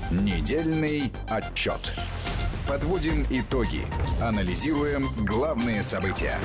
Недельный отчет. Подводим итоги. Анализируем главные события.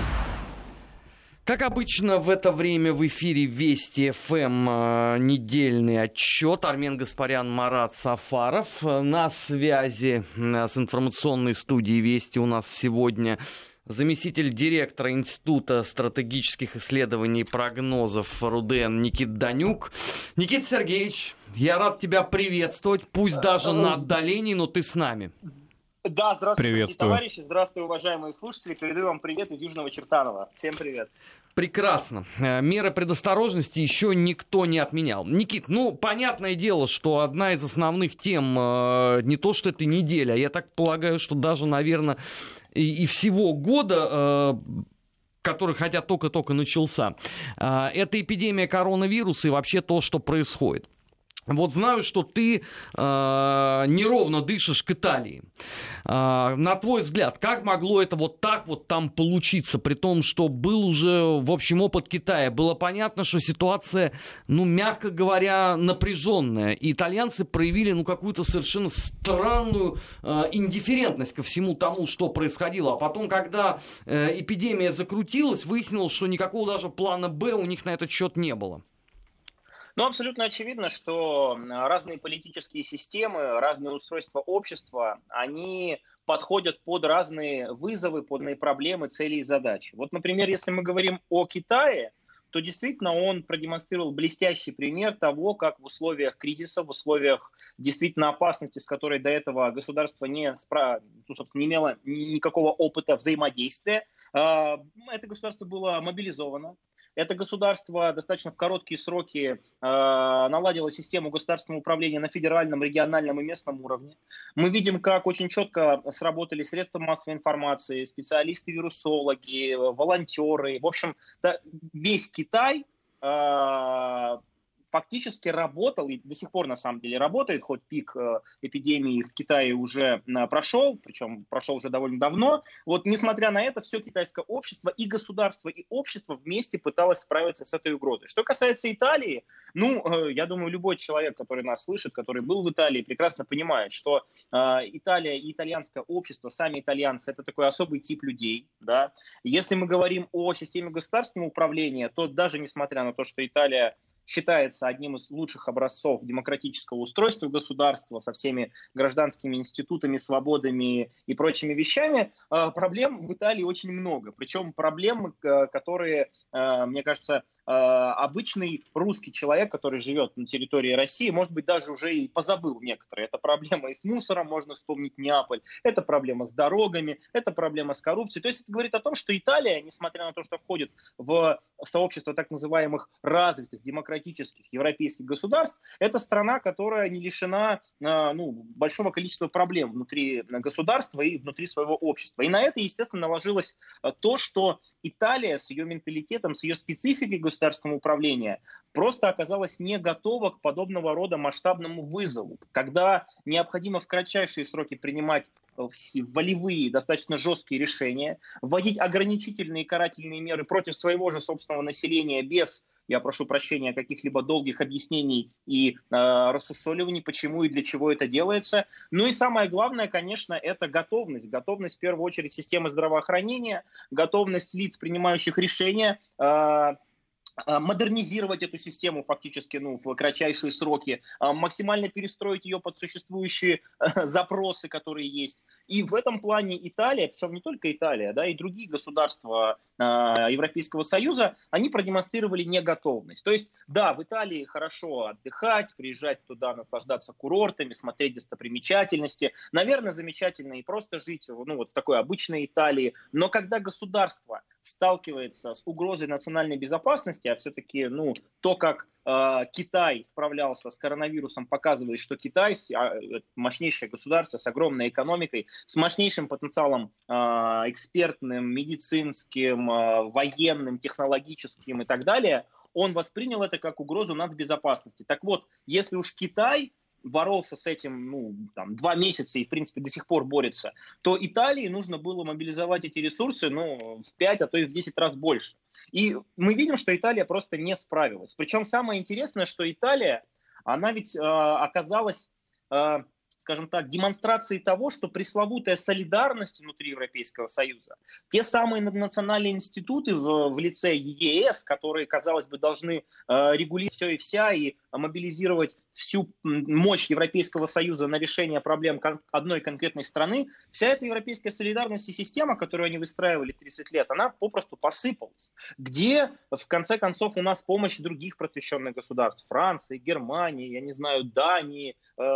Как обычно, в это время в эфире Вести ФМ недельный отчет. Армен Гаспарян, Марат Сафаров. На связи с информационной студией Вести у нас сегодня заместитель директора Института стратегических исследований и прогнозов РУДН Никита Данюк. Никита Сергеевич, я рад тебя приветствовать, пусть даже на отдалении, но ты с нами. Да, здравствуйте, товарищи, здравствуйте, уважаемые слушатели. Передаю вам привет из Южного Чертанова. Всем привет. Прекрасно. Меры предосторожности еще никто не отменял. Никит, понятное дело, что одна из основных тем не то, что это неделя, я так полагаю, что даже, наверное, и всего года, который хотя только-только начался, это эпидемия коронавируса и вообще то, что происходит. Вот знаю, что ты неровно дышишь к Италии. На твой взгляд, как могло это вот так вот там получиться, при том, что был уже, в общем, опыт Китая? Было понятно, что ситуация, мягко говоря, напряженная. И итальянцы проявили, какую-то совершенно странную индифферентность ко всему тому, что происходило. А потом, когда эпидемия закрутилась, выяснилось, что никакого даже плана «Б» у них на этот счет не было. Абсолютно очевидно, что разные политические системы, разные устройства общества, они подходят под разные вызовы, под разные проблемы, цели и задачи. Вот, например, если мы говорим о Китае, то действительно он продемонстрировал блестящий пример того, как в условиях кризиса, в условиях действительно опасности, с которой до этого государство не имело никакого опыта взаимодействия, это государство было мобилизовано. Это государство достаточно в короткие сроки наладило систему государственного управления на федеральном, региональном и местном уровне. Мы видим, как очень четко сработали средства массовой информации, специалисты-вирусологи, волонтеры. В общем, весь Китай фактически работал и до сих пор на самом деле работает, хоть пик эпидемии в Китае уже прошел, причем прошел уже довольно давно. Вот несмотря на это, все китайское общество и государство, и общество вместе пыталось справиться с этой угрозой. Что касается Италии, я думаю, любой человек, который нас слышит, который был в Италии, прекрасно понимает, что Италия и итальянское общество, сами итальянцы, это такой особый тип людей. Да? Если мы говорим о системе государственного управления, то даже несмотря на то, что Италия считается одним из лучших образцов демократического устройства государства со всеми гражданскими институтами, свободами и прочими вещами, проблем в Италии очень много. Причем проблем, которые, мне кажется, обычный русский человек, который живет на территории России, может быть, даже уже и позабыл некоторые. Это проблема и с мусором, можно вспомнить Неаполь, это проблема с дорогами, это проблема с коррупцией. То есть это говорит о том, что Италия, несмотря на то, что входит в сообщество так называемых развитых демократических европейских государств, это страна, которая не лишена большого количества проблем внутри государства и внутри своего общества. И на это, естественно, наложилось то, что Италия с ее менталитетом, с ее спецификой государственного управления просто оказалась не готова к подобного рода масштабному вызову, когда необходимо в кратчайшие сроки принимать волевые, достаточно жесткие решения, вводить ограничительные карательные меры против своего же собственного населения без, я прошу прощения, каких-либо долгих объяснений и рассусоливаний, почему и для чего это делается. И самое главное, конечно, это готовность. Готовность в первую очередь системы здравоохранения, готовность лиц, принимающих решения, модернизировать эту систему фактически в кратчайшие сроки, максимально перестроить ее под существующие запросы, которые есть. И в этом плане Италия, причем не только Италия, и другие государства Европейского Союза, они продемонстрировали неготовность. То есть, да, в Италии хорошо отдыхать, приезжать туда, наслаждаться курортами, смотреть достопримечательности. Наверное, замечательно и просто жить в такой обычной Италии. Но когда государство сталкивается с угрозой национальной безопасности, а все-таки то, как Китай справлялся с коронавирусом, показывает, что Китай мощнейшее государство с огромной экономикой, с мощнейшим потенциалом экспертным, медицинским, военным, технологическим и так далее, он воспринял это как угрозу нацбезопасности. Так вот, если уж Китай боролся с этим 2 месяца и, в принципе, до сих пор борется, то Италии нужно было мобилизовать эти ресурсы в 5, а то и в 10 раз больше. И мы видим, что Италия просто не справилась. Причем самое интересное, что Италия, она ведь оказалась скажем так, демонстрацией того, что пресловутая солидарность внутри Европейского Союза, те самые наднациональные институты в лице ЕС, которые, казалось бы, должны регулировать все и вся и мобилизировать всю мощь Европейского Союза на решение проблем одной конкретной страны, вся эта европейская солидарность и система, которую они выстраивали 30 лет, она попросту посыпалась. Где, в конце концов, у нас помощь других просвещенных государств? Франции, Германии, я не знаю, Дании,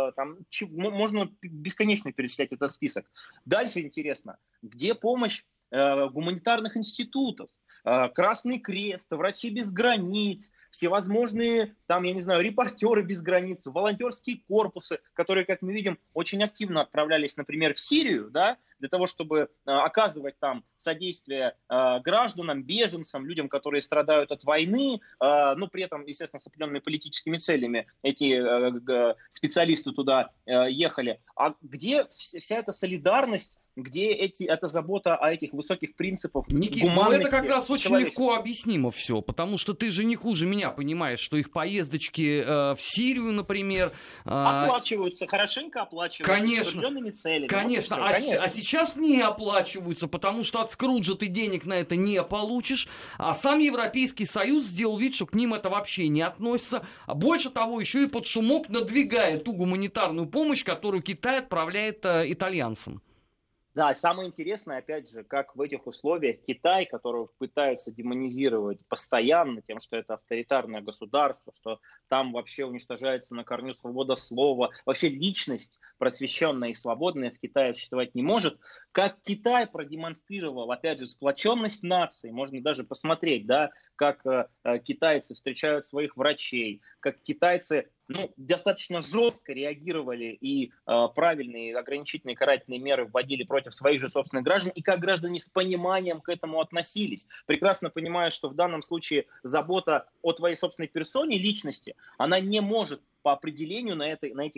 можно бесконечно перечислять этот список. Дальше интересно, где помощь гуманитарных институтов, Красный Крест, Врачи без границ, всевозможные, там, я не знаю, Репортеры без границ, волонтерские корпусы, которые, как мы видим, очень активно отправлялись, например, в Сирию, да, для того, чтобы оказывать там содействие гражданам, беженцам, людям, которые страдают от войны, но при этом, естественно, с определенными политическими целями эти специалисты туда ехали. А где вся эта солидарность, где эта забота о этих высоких принципах гуманности? Никит, ну это как раз очень легко объяснимо все, потому что ты же не хуже меня понимаешь, что их поездочки в Сирию, например... Оплачиваются, хорошенько оплачиваются, конечно, с определенными целями. Конечно, Вот а сейчас не оплачиваются, потому что от Скруджа ты денег на это не получишь, а сам Европейский Союз сделал вид, что к ним это вообще не относится, а больше того, еще и под шумок надвигает ту гуманитарную помощь, которую Китай отправляет итальянцам. Да, самое интересное, опять же, как в этих условиях Китай, которого пытаются демонизировать постоянно тем, что это авторитарное государство, что там вообще уничтожается на корню свобода слова, вообще личность просвещенная и свободная в Китае существовать не может, как Китай продемонстрировал, опять же, сплоченность нации, можно даже посмотреть, да, как китайцы встречают своих врачей, как китайцы достаточно жестко реагировали и правильные ограничительные карательные меры вводили против своих же собственных граждан, и как граждане с пониманием к этому относились, прекрасно понимая, что в данном случае забота о твоей собственной персоне, личности, она не может по определению на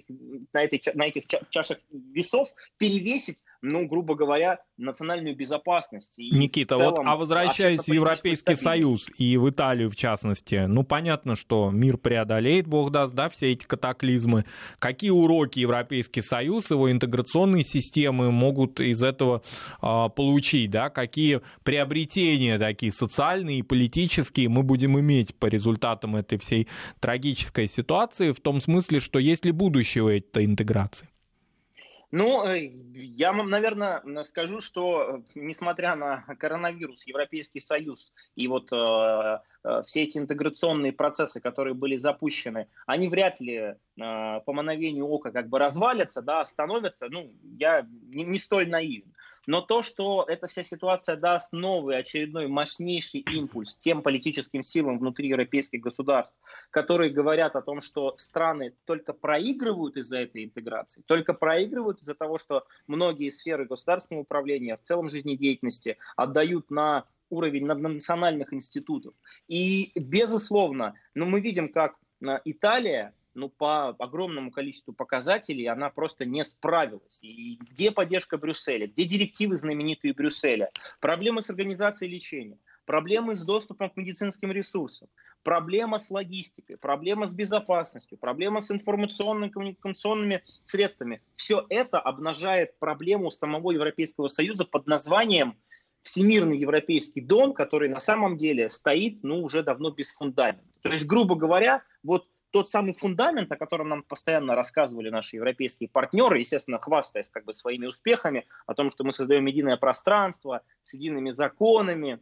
этих чашах весов перевесить, грубо говоря, национальную безопасность. И Никита, возвращаясь в Европейский Союз и в Италию в частности, понятно, что мир преодолеет, Бог даст, да, все эти катаклизмы. Какие уроки Европейский Союз, его интеграционные системы могут из этого получить, да, какие приобретения такие социальные и политические мы будем иметь по результатам этой всей трагической ситуации, в том смысле, что есть ли будущее у этой интеграции? Я вам, наверное, скажу, что несмотря на коронавирус, Европейский Союз и все эти интеграционные процессы, которые были запущены, они вряд ли по мановению ока развалятся, да, остановятся. Я не столь наивен. Но то, что эта вся ситуация даст новый, очередной мощнейший импульс тем политическим силам внутри европейских государств, которые говорят о том, что страны только проигрывают из-за этой интеграции, только проигрывают из-за того, что многие сферы государственного управления, в целом жизнедеятельности отдают на уровень национальных институтов. И, безусловно, мы видим, как Италия, по огромному количеству показателей она просто не справилась. И где поддержка Брюсселя, где директивы знаменитые Брюсселя, проблемы с организацией лечения, проблемы с доступом к медицинским ресурсам, проблема с логистикой, проблема с безопасностью, проблема с информационно-коммуникационными средствами. Все это обнажает проблему самого Европейского Союза под названием Всемирный Европейский дом, который на самом деле стоит уже давно без фундамента. То есть, грубо говоря, тот самый фундамент, о котором нам постоянно рассказывали наши европейские партнеры, естественно, хвастаясь своими успехами, о том, что мы создаем единое пространство с едиными законами,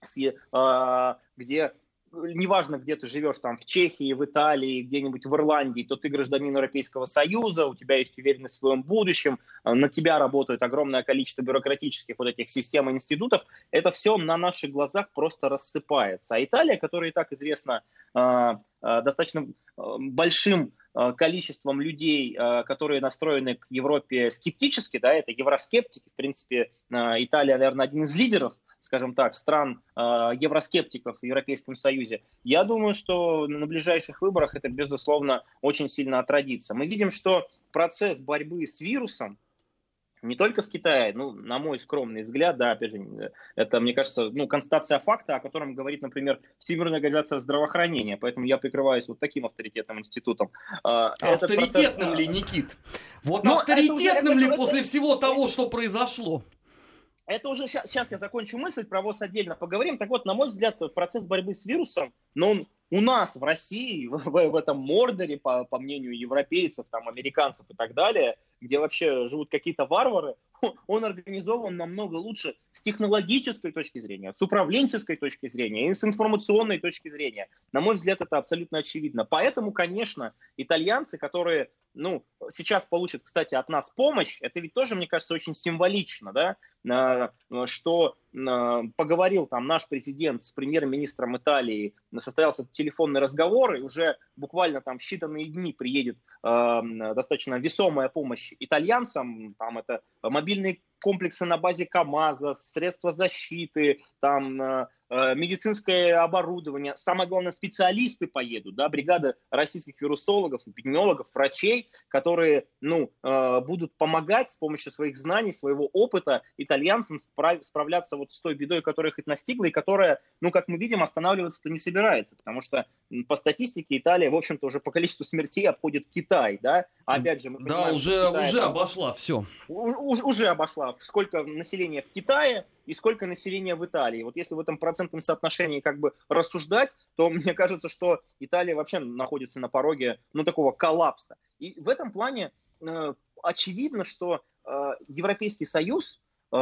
где неважно, где ты живешь, там в Чехии, в Италии, где-нибудь в Ирландии, то ты гражданин Европейского Союза, у тебя есть уверенность в своем будущем, на тебя работает огромное количество бюрократических этих систем и институтов, это все на наших глазах просто рассыпается. А Италия, которая и так известна достаточно большим количеством людей, которые настроены к Европе скептически, да, это евроскептики, в принципе, Италия, наверное, один из лидеров, скажем так, стран евроскептиков в Европейском Союзе. Я думаю, что на ближайших выборах это, безусловно, очень сильно отразится. Мы видим, что процесс борьбы с вирусом не только в Китае, на мой скромный взгляд, да, опять же, это, мне кажется, констатация факта, о котором говорит, например, Всемирная организация здравоохранения, поэтому я прикрываюсь таким авторитетным институтом. Авторитетным ли, Никит? Вот авторитетным ли после всего того, что произошло? Это уже сейчас я закончу мысль, про ВОЗ отдельно поговорим. Так вот, на мой взгляд, процесс борьбы с вирусом, но он у нас в России, в этом Мордоре, по мнению европейцев, там, американцев и так далее, где вообще живут какие-то варвары, он организован намного лучше с технологической точки зрения, с управленческой точки зрения и с информационной точки зрения. На мой взгляд, это абсолютно очевидно. Поэтому, конечно, итальянцы, которые сейчас получат, кстати, от нас помощь, это ведь тоже, мне кажется, очень символично, да, что поговорил там наш президент с премьер-министром Италии, состоялся телефонный разговор, и уже буквально там в считанные дни приедет достаточно весомая помощь итальянцам, там это мобильные комплексы на базе КАМАЗа, средства защиты, там медицинское оборудование. Самое главное, специалисты поедут, да, бригада российских вирусологов, эпидемиологов, врачей, которые будут помогать с помощью своих знаний, своего опыта итальянцам справляться вот с той бедой, которая их настигла, и которая, как мы видим, останавливаться-то не собирается, потому что по статистике Италия, в общем-то, уже по количеству смертей обходит Китай, да, опять же, мы понимаем, уже обошла все. Уже обошла. Сколько населения в Китае и сколько населения в Италии. Вот если в этом процентном соотношении как бы рассуждать, то мне кажется, что Италия вообще находится на пороге такого коллапса. И в этом плане очевидно, что Европейский Союз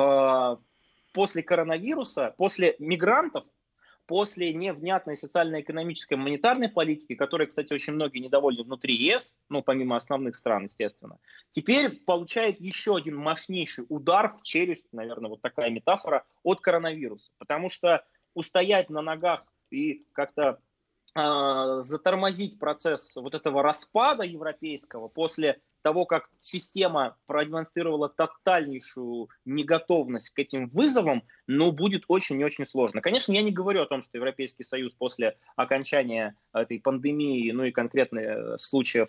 после коронавируса, после мигрантов, после невнятной социально-экономической монетарной политики, которой, кстати, очень многие недовольны внутри ЕС, помимо основных стран, естественно, теперь получает еще один мощнейший удар в челюсть, наверное, вот такая метафора, от коронавируса. Потому что устоять на ногах и как-то затормозить процесс вот этого распада европейского после того, как система продемонстрировала тотальнейшую неготовность к этим вызовам, будет очень и очень сложно. Конечно, я не говорю о том, что Европейский Союз после окончания этой пандемии, и конкретных случаев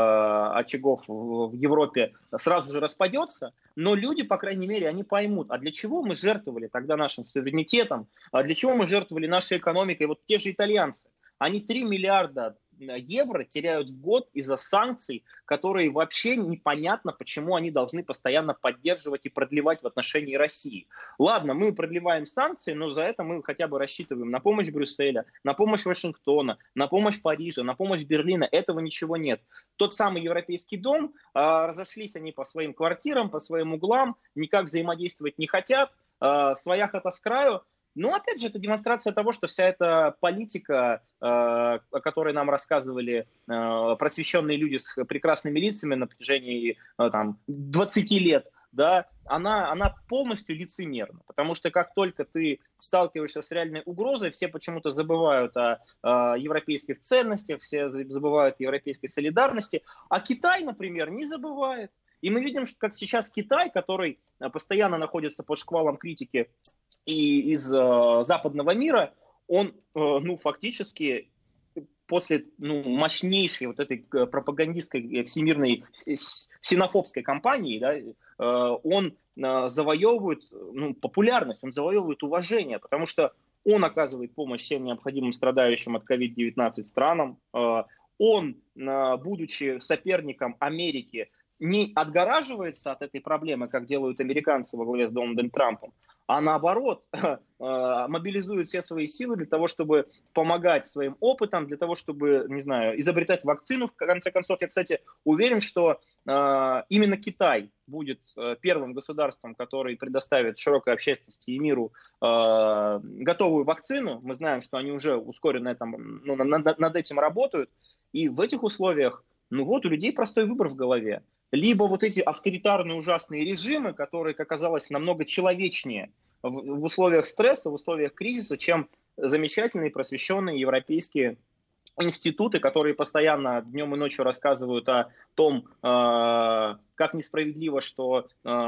очагов в Европе сразу же распадется, но люди, по крайней мере, они поймут, а для чего мы жертвовали тогда нашим суверенитетом, а для чего мы жертвовали нашей экономикой, вот те же итальянцы. Они 3 миллиарда евро теряют в год из-за санкций, которые вообще непонятно, почему они должны постоянно поддерживать и продлевать в отношении России. Ладно, мы продлеваем санкции, но за это мы хотя бы рассчитываем на помощь Брюсселя, на помощь Вашингтона, на помощь Парижа, на помощь Берлина. Этого ничего нет. Тот самый Европейский дом, разошлись они по своим квартирам, по своим углам, никак взаимодействовать не хотят, своя хата с краю. Но, опять же, это демонстрация того, что вся эта политика, о которой нам рассказывали просвещенные люди с прекрасными лицами на протяжении 20 лет, да, она полностью лицемерна. Потому что как только ты сталкиваешься с реальной угрозой, все почему-то забывают о европейских ценностях, все забывают о европейской солидарности. А Китай, например, не забывает. И мы видим, как сейчас Китай, который постоянно находится под шквалом критики и из западного мира, он фактически после мощнейшей вот этой пропагандистской всемирной ксенофобской кампании, да, он завоевывает популярность, он завоевывает уважение, потому что он оказывает помощь всем необходимым страдающим от COVID-19 странам. Он, будучи соперником Америки, не отгораживается от этой проблемы, как делают американцы во главе с Дональдом Трампом, а наоборот мобилизует все свои силы для того, чтобы помогать своим опытом, для того, чтобы, изобретать вакцину. В конце концов, я, кстати, уверен, что именно Китай будет первым государством, который предоставит широкой общественности и миру готовую вакцину. Мы знаем, что они уже ускоренно над этим работают. И в этих условиях, у людей простой выбор в голове. Либо вот эти авторитарные ужасные режимы, которые, как оказалось, намного человечнее в условиях стресса, в условиях кризиса, чем замечательные просвещенные европейские институты, которые постоянно днем и ночью рассказывают о том, как несправедливо, что,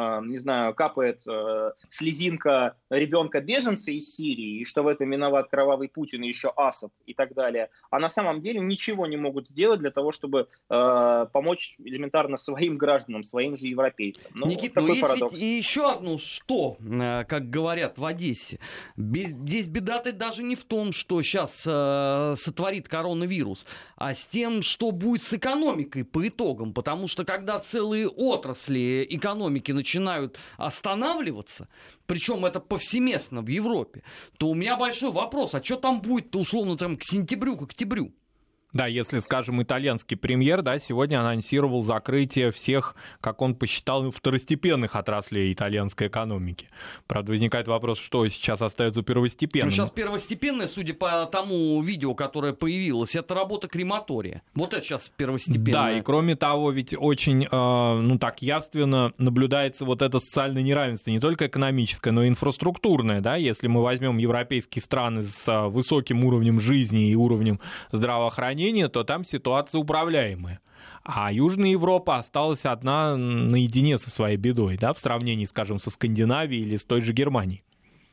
капает слезинка ребенка-беженца из Сирии, и что в этом виноват кровавый Путин и еще Асад и так далее. А на самом деле ничего не могут сделать для того, чтобы помочь элементарно своим гражданам, своим же европейцам. Никит, есть парадокс. Ведь и еще одно что, как говорят в Одессе. Здесь беда-то даже не в том, что сейчас сотворит коронавирус, а с тем, что будет с экономикой по итогам. Потому что когда целые отрасли экономики начинают останавливаться, причем это повсеместно в Европе, то у меня большой вопрос, а что там будет-то условно там к сентябрю, к октябрю? Да, если, скажем, итальянский премьер, да, сегодня анонсировал закрытие всех, как он посчитал, второстепенных отраслей итальянской экономики. Правда, возникает вопрос, что сейчас остается первостепенным. Ну, сейчас первостепенное, судя по тому видео, которое появилось, это работа крематория. Вот это сейчас первостепенное. Да, и кроме того, ведь очень, ну так, явственно наблюдается вот это социальное неравенство, не только экономическое, но и инфраструктурное, да, если мы возьмем европейские страны с высоким уровнем жизни и уровнем здравоохранения, то там ситуация управляемая. А Южная Европа осталась одна наедине со своей бедой, да, в сравнении, скажем, со Скандинавией или с той же Германией.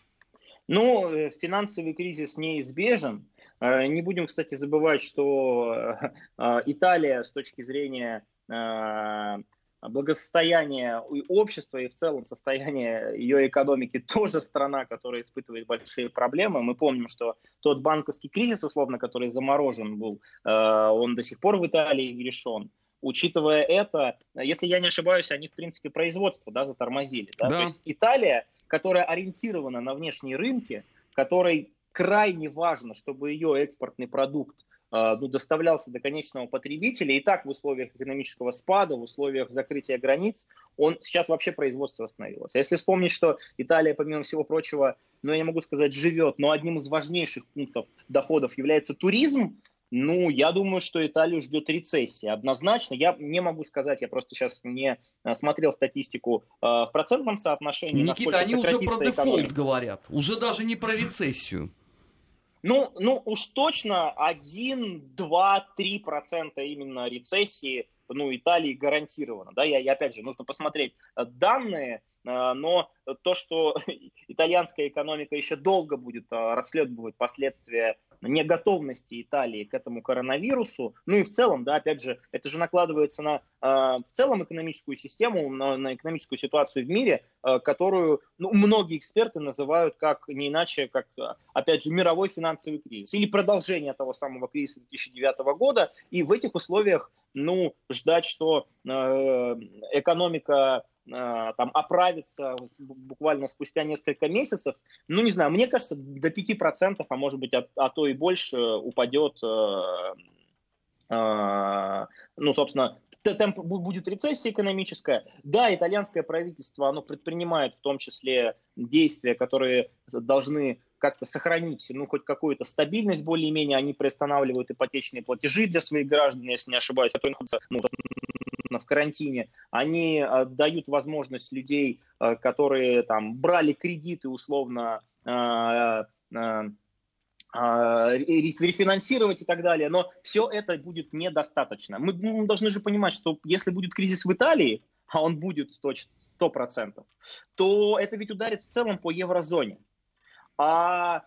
Ну, финансовый кризис неизбежен. Не будем, кстати, забывать, что Италия с точки зрения благосостояния общества и в целом состояния ее экономики тоже страна, которая испытывает большие проблемы. Мы помним, что тот банковский кризис, условно, который заморожен был, он до сих пор в Италии не решен. Учитывая это, если я не ошибаюсь, они, в принципе, производство, да, затормозили. Да? То есть Италия, которая ориентирована на внешние рынки, которой крайне важно, чтобы ее экспортный продукт доставлялся до конечного потребителя, и так в условиях экономического спада, в условиях закрытия границ, сейчас вообще производство остановилось. А если вспомнить, что Италия, помимо всего прочего, ну, я не могу сказать, живет, но одним из важнейших пунктов доходов является туризм, ну, я думаю, что Италию ждет рецессия. Однозначно, я не могу сказать, я просто сейчас не смотрел статистику в процентном соотношении. Никита, они уже про дефолт говорят, уже даже не про рецессию. Ну, уж точно 1, 2, 3% именно рецессии, ну, Италии гарантировано. Да? Я опять же, нужно посмотреть данные, но то, что итальянская экономика еще долго будет расследовать последствия неготовности Италии к этому коронавирусу, ну и в целом, да, опять же, это же накладывается на в целом экономическую систему, на экономическую ситуацию в мире, которую, ну, многие эксперты называют как не иначе, как, опять же, мировой финансовый кризис или продолжение того самого кризиса 2009 года. И в этих условиях, ну, ждать, что экономика там оправится буквально спустя несколько месяцев, ну, не знаю, мне кажется, до 5%, а может быть, а то и больше упадет, ну, собственно, темп будет рецессия экономическая. Да, итальянское правительство, оно предпринимает в том числе действия, которые должны как-то сохранить, ну, хоть какую-то стабильность более-менее. Они приостанавливают ипотечные платежи для своих граждан, если не ошибаюсь, которые находятся, ну, в карантине. Они дают возможность людей, которые там брали кредиты условно, рефинансировать и так далее, но все это будет недостаточно. Мы должны же понимать, что если будет кризис в Италии, а он будет 100%, то это ведь ударит в целом по еврозоне. А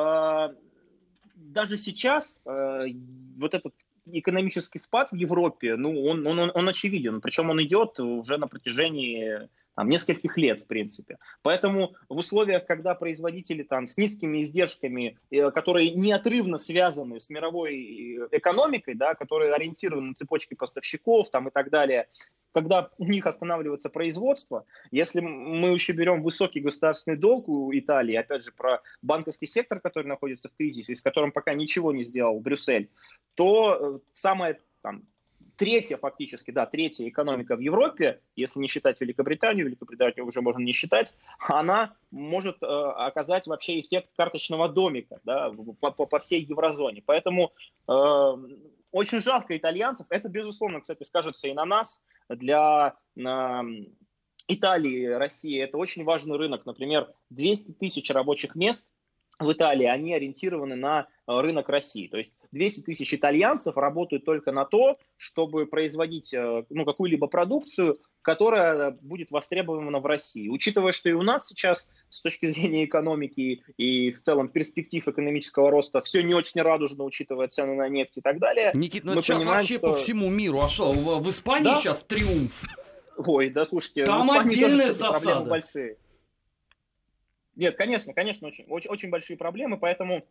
даже сейчас вот этот экономический спад в Европе, ну, он очевиден, причем он идет уже на протяжении нескольких лет, в принципе. Поэтому в условиях, когда производители там с низкими издержками, которые неотрывно связаны с мировой экономикой, да, которые ориентированы на цепочки поставщиков там, и так далее, когда у них останавливается производство, если мы еще берем высокий государственный долг у Италии, опять же, про банковский сектор, который находится в кризисе, с которым пока ничего не сделал Брюссель, то самая третья экономика в Европе, если не считать Великобританию уже можно не считать, она может оказать вообще эффект карточного домика, да, по всей еврозоне. Поэтому очень жалко итальянцев. Это, безусловно, кстати, скажется и на нас. Для Италии, России это очень важный рынок. Например, 200 тысяч рабочих мест в Италии, они ориентированы на рынок России. То есть 200 тысяч итальянцев работают только на то, чтобы производить какую-либо продукцию, которая будет востребована в России. Учитывая, что и у нас сейчас с точки зрения экономики и в целом перспектив экономического роста все не очень радужно, учитывая цены на нефть и так далее. Никит, ну это сейчас вообще что... по всему миру. А что, в Испании сейчас триумф? Ой, да слушайте, там в Испании отдельная тоже засада. Проблемы большие. Нет, конечно, очень большие проблемы, поэтому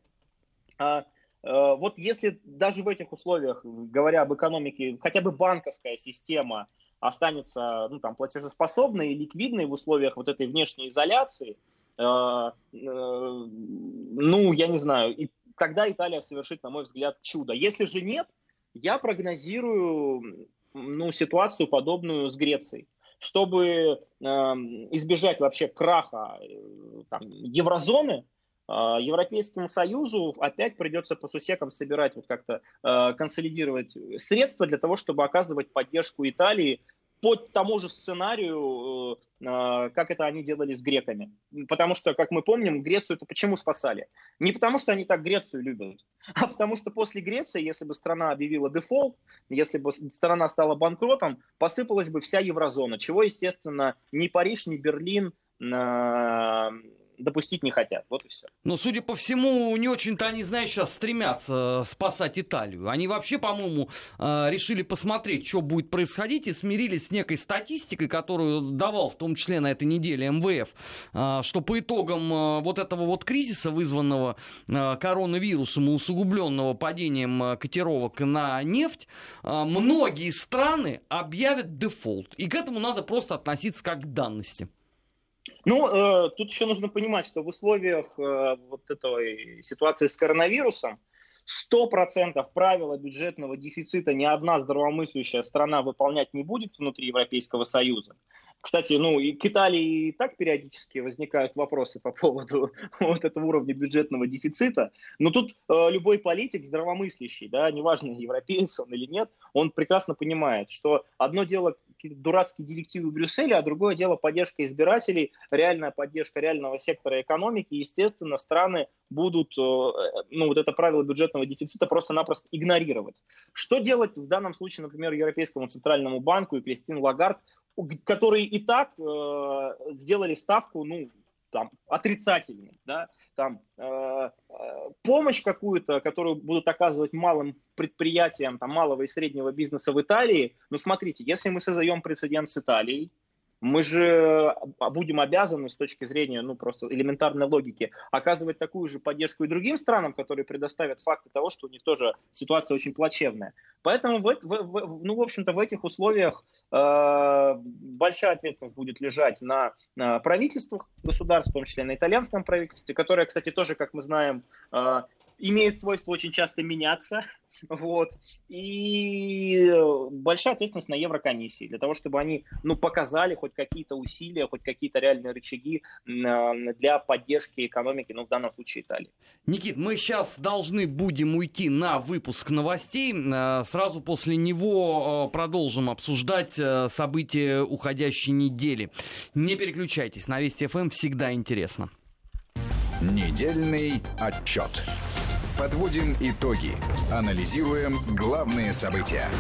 вот если даже в этих условиях, говоря об экономике, хотя бы банковская система останется платежеспособной и ликвидной в условиях вот этой внешней изоляции, я не знаю, и тогда Италия совершит, на мой взгляд, чудо. Если же нет, я прогнозирую ситуацию подобную с Грецией. Чтобы избежать вообще краха еврозоны, Европейскому Союзу опять придется по сусекам собирать, как-то консолидировать средства для того, чтобы оказывать поддержку Италии по тому же сценарию, как это они делали с греками. Потому что, как мы помним, Грецию-то почему спасали? Не потому что они так Грецию любят, а потому что после Греции, если бы страна объявила дефолт, если бы страна стала банкротом, посыпалась бы вся еврозона, чего, естественно, ни Париж, ни Берлин допустить не хотят. Вот и все. Но, судя по всему, не очень-то они, сейчас стремятся спасать Италию. Они вообще, по-моему, решили посмотреть, что будет происходить, и смирились с некой статистикой, которую давал в том числе на этой неделе МВФ, что по итогам вот этого вот кризиса, вызванного коронавирусом и усугубленного падением котировок на нефть, многие страны объявят дефолт. И к этому надо просто относиться как к данности. Тут еще нужно понимать, что в условиях вот этой ситуации с коронавирусом 100% правила бюджетного дефицита ни одна здравомыслящая страна выполнять не будет внутри Европейского Союза. Кстати, и к Италии и так периодически возникают вопросы по поводу вот этого уровня бюджетного дефицита. Но тут любой политик здравомыслящий, неважно, европеец он или нет, он прекрасно понимает, что одно дело дурацкие директивы Брюсселя, а другое дело поддержка избирателей, реальная поддержка реального сектора экономики. Естественно, страны будут вот это правило бюджетного дефицита просто-напросто игнорировать. Что делать в данном случае, например, Европейскому центральному банку и Кристин Лагард, которые и так сделали ставку, отрицательную, помощь какую-то, которую будут оказывать малым предприятиям, малого и среднего бизнеса в Италии. Смотрите, если мы создаем прецедент с Италией, мы же будем обязаны с точки зрения просто элементарной логики оказывать такую же поддержку и другим странам, которые предоставят факты того, что у них тоже ситуация очень плачевная. Поэтому в общем-то в этих условиях большая ответственность будет лежать на правительствах государств, в том числе на итальянском правительстве, которое, кстати, тоже, как мы знаем, имеет свойство очень часто меняться. И большая ответственность на Еврокомиссии, для того, чтобы они показали хоть какие-то усилия, хоть какие-то реальные рычаги для поддержки экономики, в данном случае Италии. Никит, мы сейчас должны будем уйти на выпуск новостей. Сразу после него продолжим обсуждать события уходящей недели. Не переключайтесь, на Вести ФМ всегда интересно. Недельный отчет. Подводим итоги. Анализируем главные события.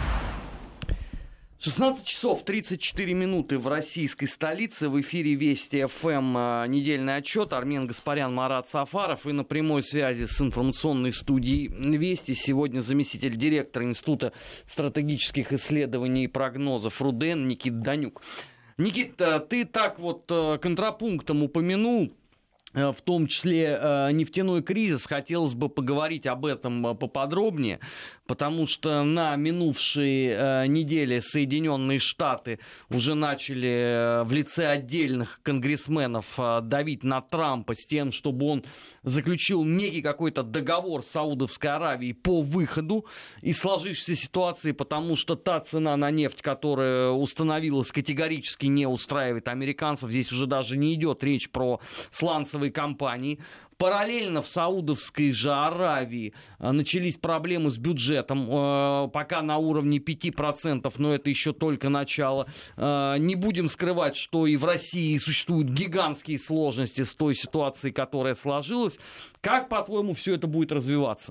16 часов 34 минуты в российской столице. В эфире Вести ФМ недельный отчет. Армен Гаспарян, Марат Сафаров. И на прямой связи с информационной студией Вести сегодня заместитель директора Института стратегических исследований и прогнозов РУДН Никит Данюк. Никит, ты так контрапунктом упомянул, в том числе нефтяной кризис. Хотелось бы поговорить об этом поподробнее, потому что на минувшей неделе Соединенные Штаты уже начали в лице отдельных конгрессменов давить на Трампа с тем, чтобы он заключил некий какой-то договор с Саудовской Аравией по выходу из сложившейся ситуации, потому что та цена на нефть, которая установилась, категорически не устраивает американцев. Здесь уже даже не идет речь про сланцевые компании. Параллельно в Саудовской же Аравии начались проблемы с бюджетом, пока на уровне 5%, но это еще только начало. Не будем скрывать, что и в России существуют гигантские сложности с той ситуацией, которая сложилась. Как, по-твоему, все это будет развиваться?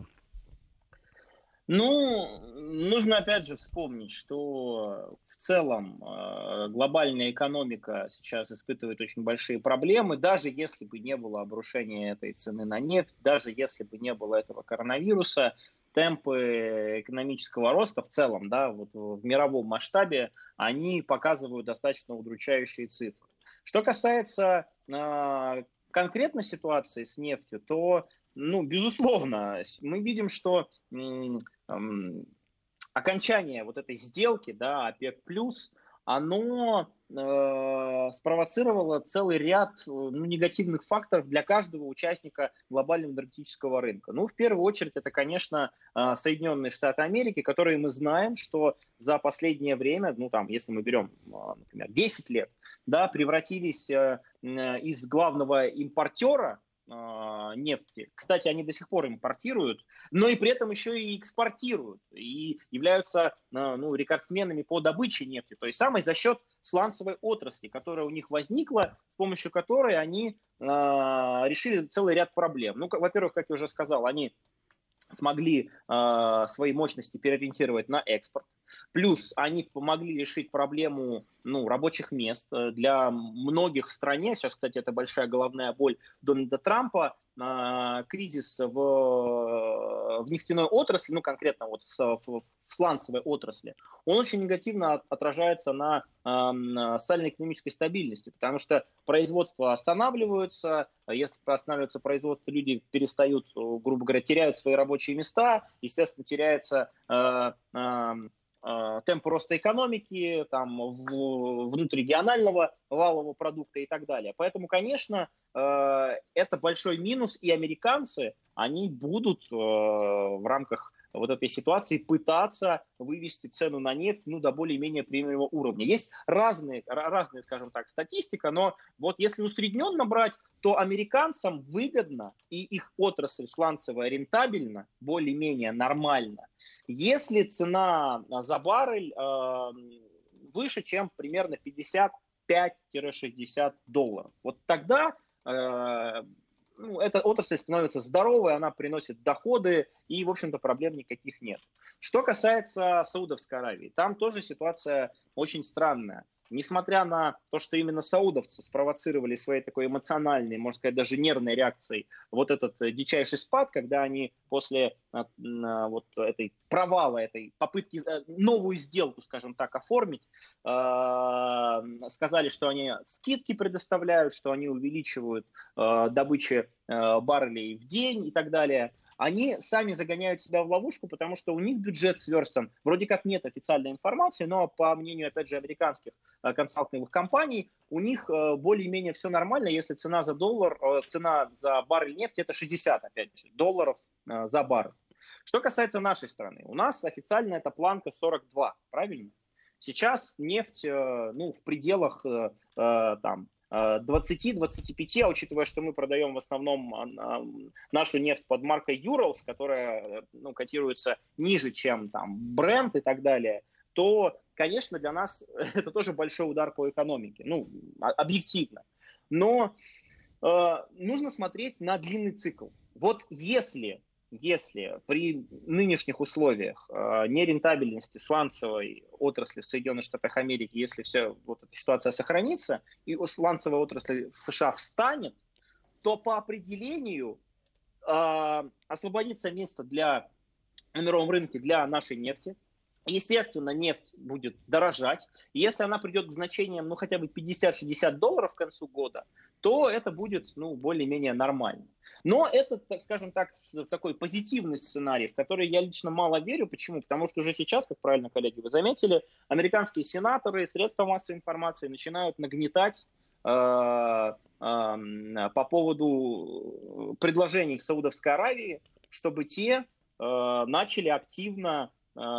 Нужно опять же вспомнить, что в целом глобальная экономика сейчас испытывает очень большие проблемы. Даже если бы не было обрушения этой цены на нефть, даже если бы не было этого коронавируса, темпы экономического роста в целом, в мировом масштабе, они показывают достаточно удручающие цифры. Что касается конкретной ситуации с нефтью, то безусловно, мы видим, что окончание вот этой сделки, ОПЕК+, оно спровоцировало целый ряд негативных факторов для каждого участника глобального энергетического рынка. В первую очередь, это, конечно, Соединенные Штаты Америки, которые мы знаем, что за последнее время, если мы берем, например, 10 лет, да, превратились из главного импортера нефти. Кстати, они до сих пор импортируют, но и при этом еще и экспортируют, и являются рекордсменами по добыче нефти, то есть самой за счет сланцевой отрасли, которая у них возникла, с помощью которой они решили целый ряд проблем. Во-первых, как я уже сказал, они смогли свои мощности переориентировать на экспорт. Плюс они помогли решить проблему рабочих мест для многих в стране. Сейчас, кстати, это большая головная боль Дональда Трампа. Кризис в нефтяной отрасли, конкретно в сланцевой отрасли, он очень негативно отражается на социально-экономической стабильности, потому что производство останавливается, если останавливается производство, люди перестают, грубо говоря, теряют свои рабочие места, естественно, теряется темп роста экономики, внутрирегионального валового продукта и так далее. Поэтому, конечно, это большой минус, и американцы, они будут в рамках вот этой ситуации пытаться вывести цену на нефть до более-менее приемлемого уровня. Есть разные, скажем так, статистика, но если усредненно брать, то американцам выгодно и их отрасль сланцевая рентабельна, более-менее нормально, если цена за баррель выше, чем примерно $55-60. Тогда эта отрасль становится здоровой, она приносит доходы, и, в общем-то, проблем никаких нет. Что касается Саудовской Аравии, там тоже ситуация очень странная. Несмотря на то, что именно саудовцы спровоцировали своей такой эмоциональной, можно сказать, даже нервной реакцией этот дичайший спад, когда они после этой провала, этой попытки новую сделку, скажем так, оформить, сказали, что они скидки предоставляют, что они увеличивают добычу баррелей в день и так далее. Они сами загоняют себя в ловушку, потому что у них бюджет сверстан. Вроде как нет официальной информации, но по мнению, опять же, американских консалтинговых компаний, у них более-менее все нормально, если цена за баррель нефти это 60, опять же, долларов за баррель. Что касается нашей страны, у нас официально эта планка 42, правильно? Сейчас нефть в пределах 20-25, а учитывая, что мы продаем в основном нашу нефть под маркой Urals, которая котируется ниже, чем Brent и так далее, то, конечно, для нас это тоже большой удар по экономике, объективно. Но нужно смотреть на длинный цикл. Если при нынешних условиях нерентабельности сланцевой отрасли в Соединенных Штатах Америки, если вся эта ситуация сохранится и сланцевая отрасль в США встанет, то по определению освободится место на мировом рынке для нашей нефти. Естественно, нефть будет дорожать. И если она придет к значениям хотя бы $50-60 к концу года, то это будет более-менее нормально. Но это, скажем так, такой позитивный сценарий, в который я лично мало верю. Почему? Потому что уже сейчас, как правильно, коллеги, вы заметили, американские сенаторы, средства массовой информации начинают нагнетать по поводу предложений Саудовской Аравии, чтобы те начали активно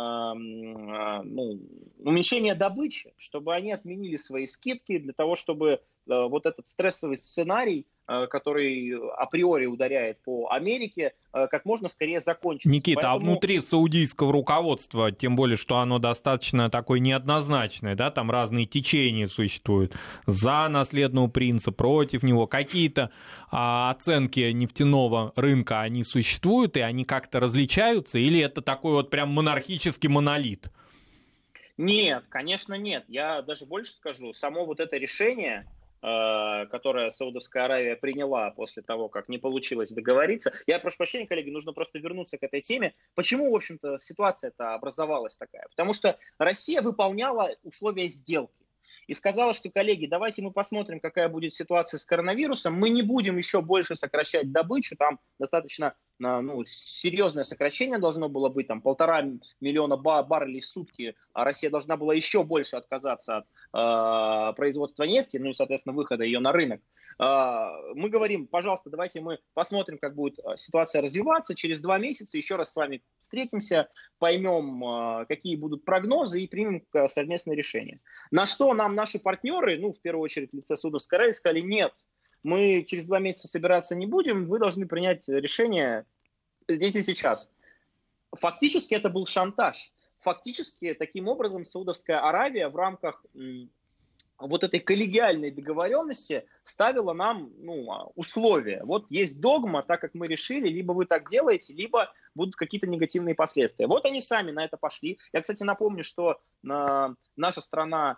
уменьшение добычи, чтобы они отменили свои скидки для того, чтобы этот стрессовый сценарий, который априори ударяет по Америке, как можно скорее закончится. Никита, а внутри саудийского руководства, тем более, что оно достаточно такое неоднозначное, да, там разные течения существуют, за наследного принца, против него, какие-то оценки нефтяного рынка, они существуют, и они как-то различаются, или это такой прям монархический монолит? Нет, конечно нет. Я даже больше скажу, само это решение, которое Саудовская Аравия приняла после того, как не получилось договориться. Я прошу прощения, коллеги, нужно просто вернуться к этой теме. Почему, в общем-то, ситуация-то образовалась такая? Потому что Россия выполняла условия сделки и сказала, что, коллеги, давайте мы посмотрим, какая будет ситуация с коронавирусом. Мы не будем еще больше сокращать добычу. Там достаточно серьезное сокращение должно было быть, там 1,5 миллиона баррелей в сутки, а Россия должна была еще больше отказаться от производства нефти, ну и, соответственно, выхода ее на рынок. Мы говорим, пожалуйста, давайте мы посмотрим, как будет ситуация развиваться, через 2 месяца еще раз с вами встретимся, поймем, какие будут прогнозы и примем совместное решение. На что нам наши партнеры, в первую очередь в лице Саудовской Аравии, сказали, нет, мы через 2 месяца собираться не будем, вы должны принять решение здесь и сейчас. Фактически это был шантаж. Фактически таким образом Саудовская Аравия в рамках вот этой коллегиальной договоренности ставила нам условия. Вот есть догма, так как мы решили, либо вы так делаете, либо будут какие-то негативные последствия. Вот они сами на это пошли. Я, кстати, напомню, что наша страна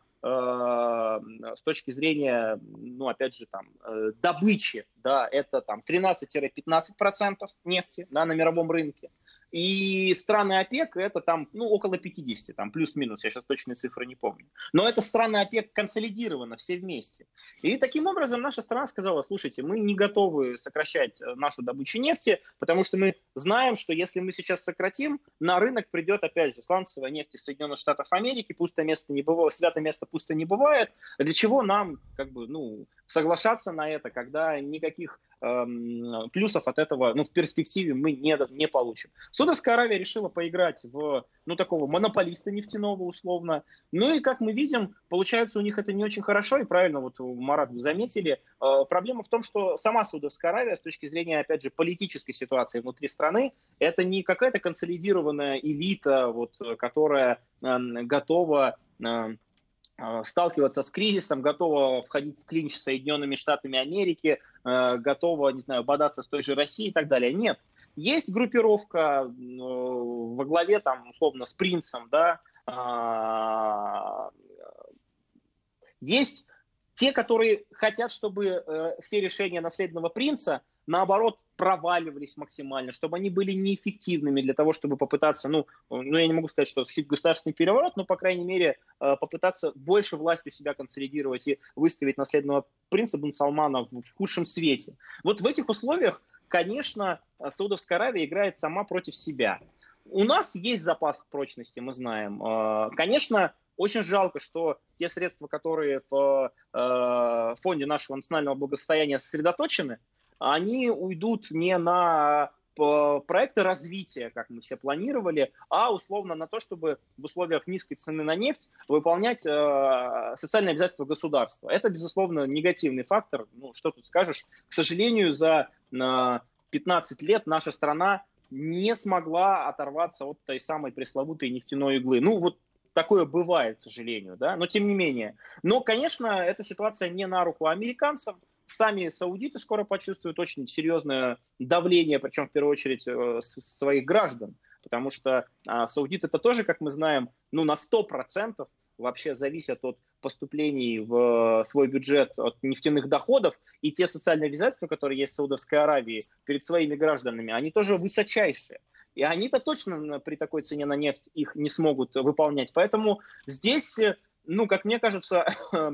с точки зрения, опять же, добычи, да, это 13-15% нефти, да, на мировом рынке. И страны ОПЕК это около 50, плюс-минус, я сейчас точные цифры не помню. Но это страны ОПЕК консолидировано все вместе. И таким образом наша страна сказала, слушайте, мы не готовы сокращать нашу добычу нефти, потому что мы знаем, что если мы сейчас сократим, на рынок придет, опять же, сланцевая нефть из Соединенных Штатов Америки, пустое место не бывает, святое место пусто не бывает. Для чего нам, соглашаться на это, когда никаких плюсов от этого, в перспективе мы не получим. Саудовская Аравия решила поиграть в, такого монополиста нефтяного условно. И, как мы видим, получается у них это не очень хорошо, и правильно, Марат, вы заметили, проблема в том, что сама Саудовская Аравия, с точки зрения, опять же, политической ситуации внутри страны, это не какая-то консолидированная элита, которая готова сталкиваться с кризисом, готова входить в клинч с Соединенными Штатами Америки, готова, бодаться с той же Россией и так далее. Нет. Есть группировка во главе, условно, с принцем, да, есть те, которые хотят, чтобы все решения наследного принца, наоборот, проваливались максимально, чтобы они были неэффективными для того, чтобы попытаться, я не могу сказать, что осуществить государственный переворот, но, по крайней мере, попытаться больше власть у себя консолидировать и выставить наследного принца бен Салмана в худшем свете. Вот в этих условиях, конечно, Саудовская Аравия играет сама против себя. У нас есть запас прочности, мы знаем. Конечно, очень жалко, что те средства, которые в фонде нашего национального благосостояния сосредоточены, они уйдут не на проекты развития, как мы все планировали, а условно на то, чтобы в условиях низкой цены на нефть выполнять социальные обязательства государства. Это, безусловно, негативный фактор. Что тут скажешь? К сожалению, за 15 лет наша страна не смогла оторваться от той самой пресловутой нефтяной иглы. Такое бывает, к сожалению, да, но тем не менее. Но, конечно, эта ситуация не на руку американцам. Сами саудиты скоро почувствуют очень серьезное давление, причем в первую очередь своих граждан, потому что саудиты это тоже, как мы знаем, на 100% вообще зависят от поступлений в свой бюджет от нефтяных доходов, и те социальные обязательства, которые есть в Саудовской Аравии перед своими гражданами, они тоже высочайшие. И они-то точно при такой цене на нефть их не смогут выполнять. Поэтому здесь, как мне кажется,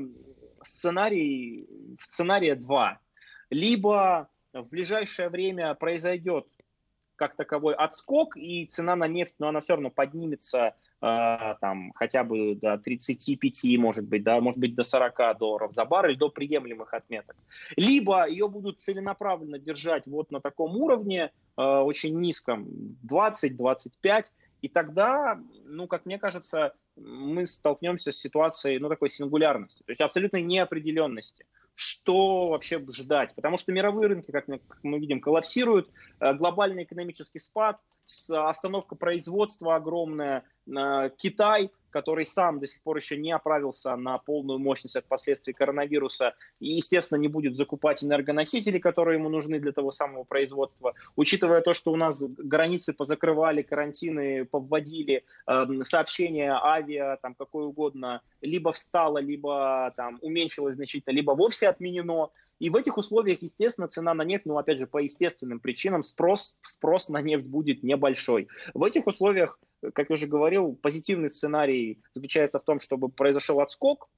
сценария 2. Либо в ближайшее время произойдет как таковой отскок, и цена на нефть, она все равно поднимется хотя бы до 35, может быть до $40 за баррель, до приемлемых отметок. Либо ее будут целенаправленно держать на таком уровне, очень низком, 20-25, и тогда, как мне кажется, мы столкнемся с ситуацией, такой сингулярности, то есть абсолютной неопределенности. Что вообще ждать? Потому что мировые рынки, как мы видим, коллапсируют, глобальный экономический спад, остановка производства огромная, Китай, который сам до сих пор еще не оправился на полную мощность от последствий коронавируса и, естественно, не будет закупать энергоносители, которые ему нужны для того самого производства. Учитывая то, что у нас границы позакрывали, карантины повводили, сообщения авиа, какое угодно, либо встало, либо уменьшилось значительно, либо вовсе отменено. И в этих условиях, естественно, цена на нефть, опять же, по естественным причинам, спрос на нефть будет небольшой. В этих условиях, как я уже говорил, позитивный сценарий заключается в том, чтобы произошел отскок,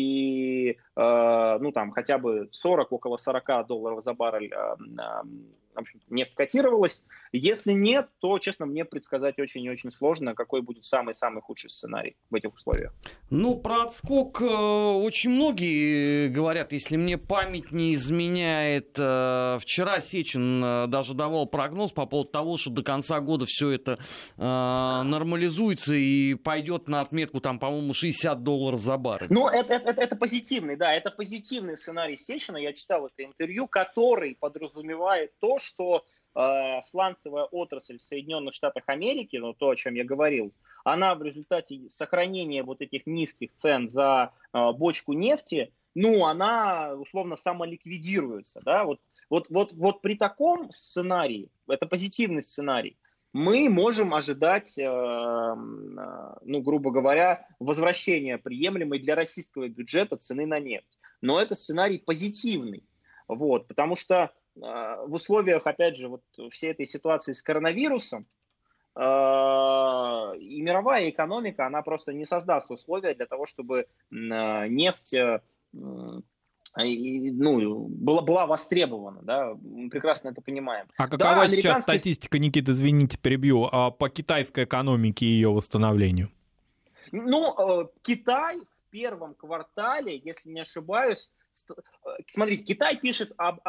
и хотя бы около $40 за баррель в общем, нефть котировалась. Если нет, то, честно, мне предсказать очень и очень сложно, какой будет самый-самый худший сценарий в этих условиях. Ну, про отскок очень многие говорят, если мне память не изменяет. Вчера Сечин даже давал прогноз по поводу того, что до конца года все это нормализуется и пойдет на отметку, там, по-моему, $60 за баррель. Ну, это позитивный, да, это позитивный сценарий Сечина. Я читал это интервью, который подразумевает то, что сланцевая отрасль в Соединенных Штатах Америки, ну, то, о чем я говорил, она в результате сохранения вот этих низких цен за бочку нефти, ну, она условно самоликвидируется, да, вот при таком сценарии, это позитивный сценарий, мы можем ожидать, ну, грубо говоря, возвращения приемлемой для российского бюджета цены на нефть. Но это сценарий позитивный, вот, потому что в условиях, опять же, вот всей этой ситуации с коронавирусом и мировая экономика, она просто не создаст условия для того, чтобы нефть была востребована, да, мы прекрасно это понимаем. А какова сейчас статистика, Никита, извините, перебью, по китайской экономике и ее восстановлению? Ну, Китай в первом квартале, если не ошибаюсь, смотрите, Китай пишет об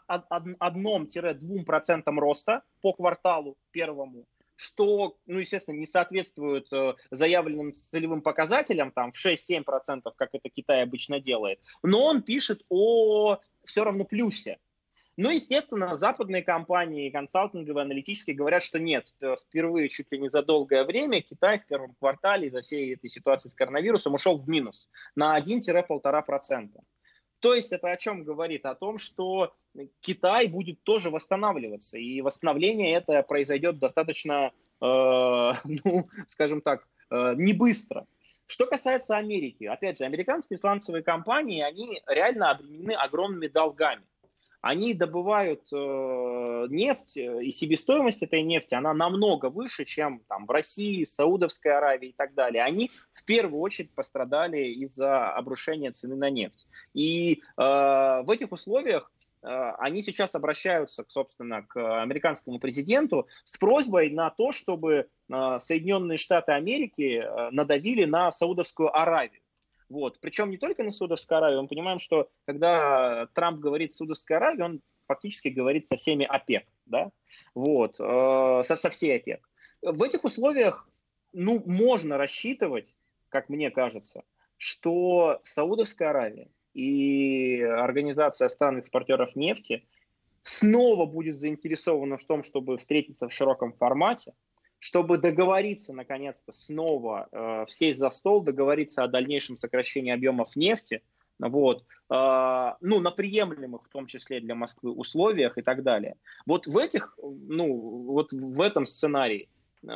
1-2% роста по кварталу первому, что, ну, естественно, не соответствует заявленным целевым показателям, там, в 6-7%, как это Китай обычно делает, но он пишет о все равно плюсе. Ну, естественно, западные компании, консалтинговые, аналитические говорят, что нет, впервые чуть ли не за долгое время Китай в первом квартале из-за всей этой ситуации с коронавирусом ушел в минус на 1-1,5%. То есть это о чем говорит? О том, что Китай будет тоже восстанавливаться. И восстановление это произойдет достаточно, ну, скажем так, не быстро. Что касается Америки. Опять же, американские сланцевые компании, они реально обременены огромными долгами. Они добывают нефть, и себестоимость этой нефти, она намного выше, чем там, в России, Саудовской Аравии и так далее. Они в первую очередь пострадали из-за обрушения цены на нефть. И в этих условиях они сейчас обращаются, собственно, к американскому президенту с просьбой на то, чтобы Соединенные Штаты Америки надавили на Саудовскую Аравию. Вот. Причем не только на Саудовскую Аравию. Мы понимаем, что когда Трамп говорит Саудовской Аравии, он фактически говорит со всеми ОПЕК. Да? Вот. Со всей ОПЕК. В этих условиях ну, можно рассчитывать, как мне кажется, что Саудовская Аравия и Организация стран-экспортеров нефти снова будет заинтересована в том, чтобы встретиться в широком формате, чтобы договориться, наконец-то, снова сесть за стол, договориться о дальнейшем сокращении объемов нефти, вот, ну, на приемлемых, в том числе для Москвы, условиях и так далее. Вот в этих, ну, вот в этом сценарии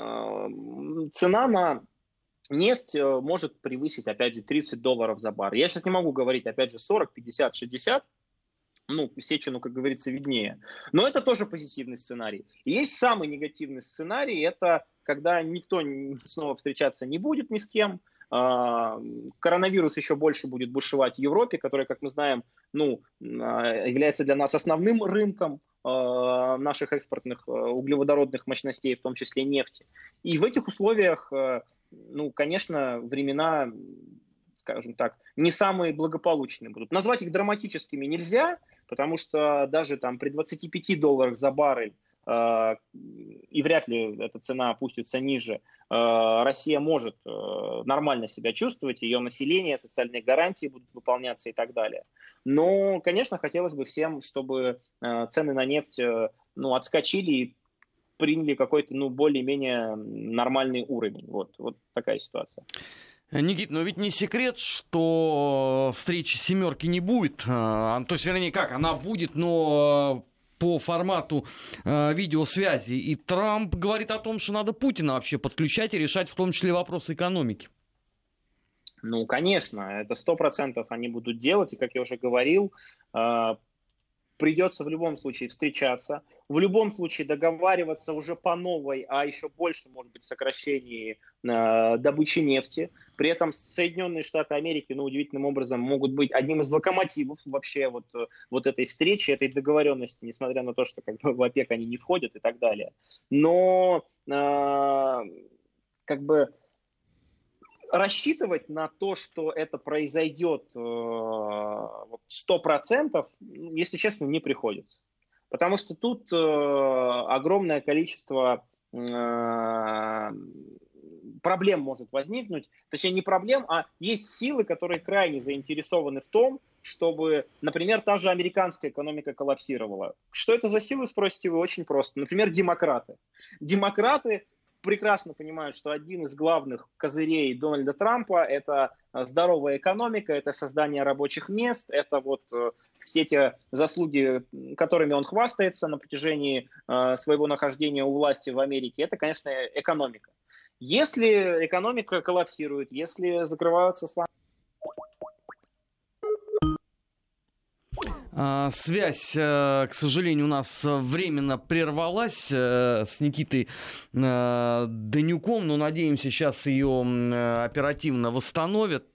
цена на нефть может превысить, опять же, $30 за баррель. Я сейчас не могу говорить, опять же, 40, 50, 60, ну, Сечину, как говорится, виднее. Но это тоже позитивный сценарий. И есть самый негативный сценарий, это когда никто снова встречаться не будет ни с кем, коронавирус еще больше будет бушевать в Европе, которая, как мы знаем, ну, является для нас основным рынком наших экспортных углеводородных мощностей, в том числе нефти. И в этих условиях, ну, конечно, времена, скажем так, не самые благополучные будут. Назвать их драматическими нельзя, потому что даже там при $25 за баррель, и вряд ли эта цена опустится ниже, Россия может нормально себя чувствовать, ее население, социальные гарантии будут выполняться и так далее. Но, конечно, хотелось бы всем, чтобы цены на нефть, ну, отскочили и приняли какой-то, ну, более-менее нормальный уровень. Вот такая ситуация. Никит, но ведь не секрет, что встречи семерки не будет. То есть, вернее, как, она будет, но по формату видеосвязи. И Трамп говорит о том, что надо Путина вообще подключать и решать в том числе вопросы экономики. Ну, конечно, это 100% они будут делать. И, как я уже говорил, придется в любом случае встречаться, в любом случае договариваться уже по новой, а еще больше, может быть, сокращении добычи нефти. При этом Соединенные Штаты Америки, удивительным образом, могут быть одним из локомотивов вообще вот этой встречи, этой договоренности, несмотря на то, что как бы в ОПЕК они не входят и так далее. Но рассчитывать на то, что это произойдет 100%, если честно, не приходится. Потому что тут огромное количество проблем может возникнуть. Точнее, не проблем, а есть силы, которые крайне заинтересованы в том, чтобы, например, та же американская экономика коллапсировала. Что это за силы, спросите вы, очень просто. Например, демократы. Демократы прекрасно понимают, что один из главных козырей Дональда Трампа – это здоровая экономика, это создание рабочих мест, это все те заслуги, которыми он хвастается на протяжении своего нахождения у власти в Америке, это, конечно, экономика. Если экономика коллапсирует, если закрываются слова... Связь, к сожалению, у нас временно прервалась с Никитой Данюком, но надеемся, сейчас ее оперативно восстановят.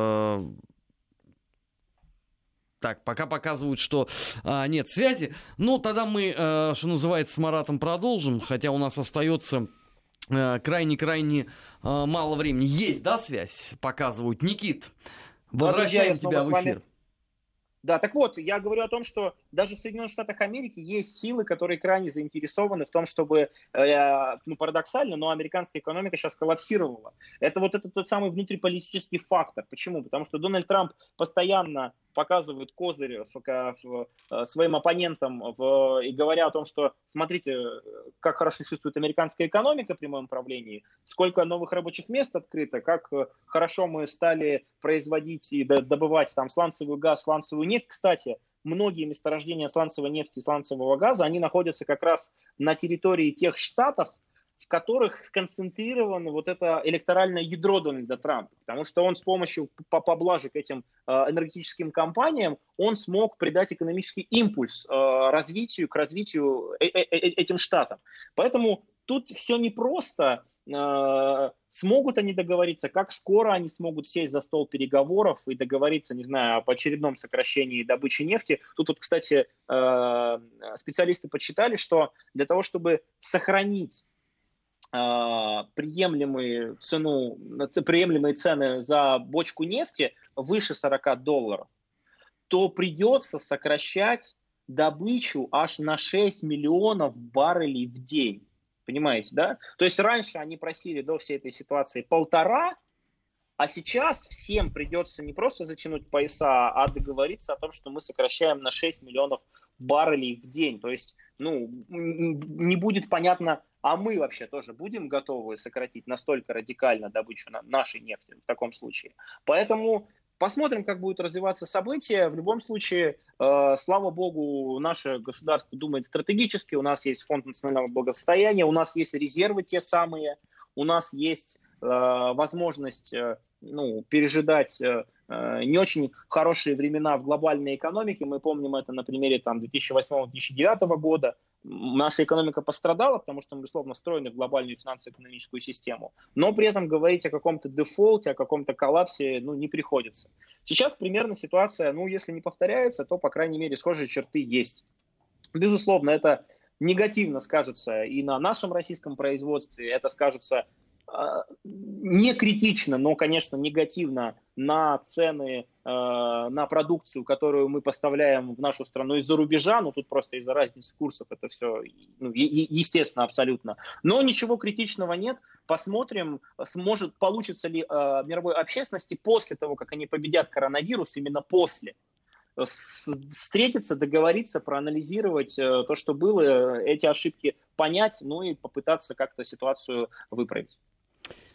Так, пока показывают, что нет связи. Но тогда мы, что называется, с Маратом продолжим, хотя у нас остается крайне-крайне мало времени. Есть, да, связь? Показывают. Никит, возвращаем тебя в эфир. Да, так вот, я говорю о том, что даже в Соединенных Штатах Америки есть силы, которые крайне заинтересованы в том, чтобы, парадоксально, но американская экономика сейчас коллапсировала. Это этот тот самый внутриполитический фактор. Почему? Потому что Дональд Трамп постоянно показывает козырь своим оппонентам, и говоря о том, что смотрите, как хорошо чувствует американская экономика при моем правлении, сколько новых рабочих мест открыто, как хорошо мы стали производить и добывать там сланцевый газ, сланцевую нефть. Кстати, многие месторождения сланцевой нефти и сланцевого газа, они находятся как раз на территории тех штатов, в которых сконцентрировано это электоральное ядро Дональда Трампа. Потому что он с помощью поблажек этим энергетическим компаниям, он смог придать экономический импульс к развитию этим штатам. Поэтому тут все непросто. Смогут они договориться, как скоро они смогут сесть за стол переговоров и договориться, не знаю, об очередном сокращении добычи нефти. Тут, кстати, специалисты подсчитали, что для того, чтобы сохранить приемлемые цены за бочку нефти выше $40, то придется сокращать добычу аж на 6 миллионов баррелей в день. Понимаете, да? То есть раньше они просили до всей этой ситуации 1,5, а сейчас всем придется не просто затянуть пояса, а договориться о том, что мы сокращаем на 6 миллионов баррелей в день. То есть, не будет понятно, а мы вообще тоже будем готовы сократить настолько радикально добычу нашей нефти в таком случае. Поэтому посмотрим, как будут развиваться события. В любом случае, слава богу, наше государство думает стратегически. У нас есть фонд национального благосостояния, у нас есть резервы те самые, у нас есть возможность пережидать не очень хорошие времена в глобальной экономике. Мы помним это на примере 2008-2009 года. Наша экономика пострадала, потому что мы, безусловно, встроены в глобальную финансово-экономическую систему. Но при этом говорить о каком-то дефолте, о каком-то коллапсе не приходится. Сейчас примерно ситуация, если не повторяется, то, по крайней мере, схожие черты есть. Безусловно, это негативно скажется и на нашем российском производстве, это скажется не критично, но, конечно, негативно на цены на продукцию, которую мы поставляем в нашу страну из-за рубежа. Тут просто из-за разницы курсов это все естественно абсолютно. Но ничего критичного нет. Посмотрим, получится ли мировой общественности после того, как они победят коронавирус, именно после, встретиться, договориться, проанализировать то, что было, эти ошибки понять, и попытаться как-то ситуацию выправить.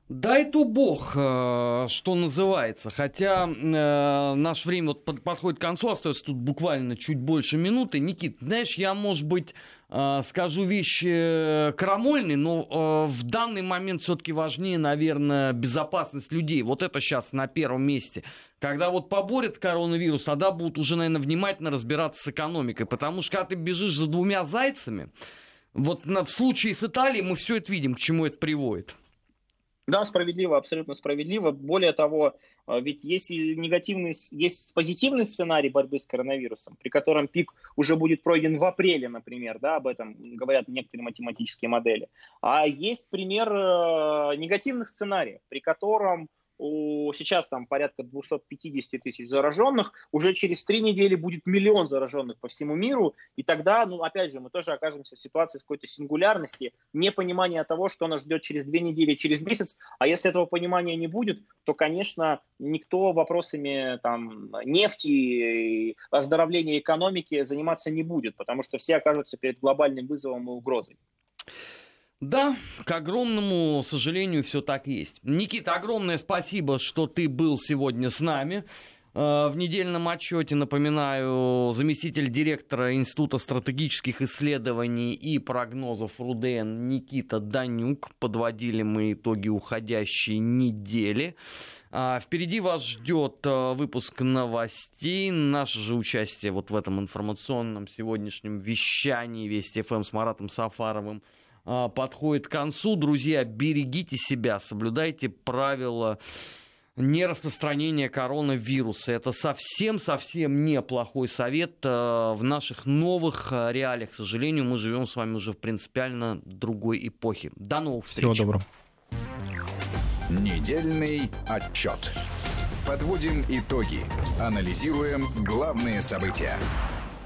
Дай-то бог, что называется. Хотя наше время вот подходит к концу, остается тут буквально чуть больше минуты. Никит, знаешь, я, может быть, скажу вещи крамольные, но в данный момент все-таки важнее, наверное, безопасность людей. Вот это сейчас на первом месте. Когда вот поборят коронавирус, тогда будут уже, наверное, внимательно разбираться с экономикой. Потому что когда ты бежишь за двумя зайцами, вот в случае с Италией мы все это видим, к чему это приводит. Да, справедливо, абсолютно справедливо. Более того, ведь есть и негативный, есть позитивный сценарий борьбы с коронавирусом, при котором пик уже будет пройден в апреле, например, да, об этом говорят некоторые математические модели. А есть пример негативных сценариев, при котором сейчас там порядка 250 тысяч зараженных, уже через 3 недели будет 1 миллион зараженных по всему миру, и тогда, ну, опять же, мы тоже окажемся в ситуации с какой-то сингулярности, непонимания того, что нас ждет через 2 недели, через месяц, а если этого понимания не будет, то, конечно, никто вопросами там нефти и оздоровления экономики заниматься не будет, потому что все окажутся перед глобальным вызовом и угрозой. Да, к огромному сожалению, все так есть. Никита, огромное спасибо, что ты был сегодня с нами. В недельном отчете, напоминаю, заместитель директора Института стратегических исследований и прогнозов РУДН Никита Данюк. Подводили мы итоги уходящей недели. Впереди вас ждет выпуск новостей, наше же участие вот в этом информационном сегодняшнем вещании Вести ФМ с Маратом Сафаровым подходит к концу. Друзья, берегите себя, соблюдайте правила нераспространения коронавируса. Это совсем неплохой совет в наших новых реалиях. К сожалению, мы живем с вами уже в принципиально другой эпохе. До новых встреч. Всего доброго. Недельный отчет. Подводим итоги. Анализируем главные события.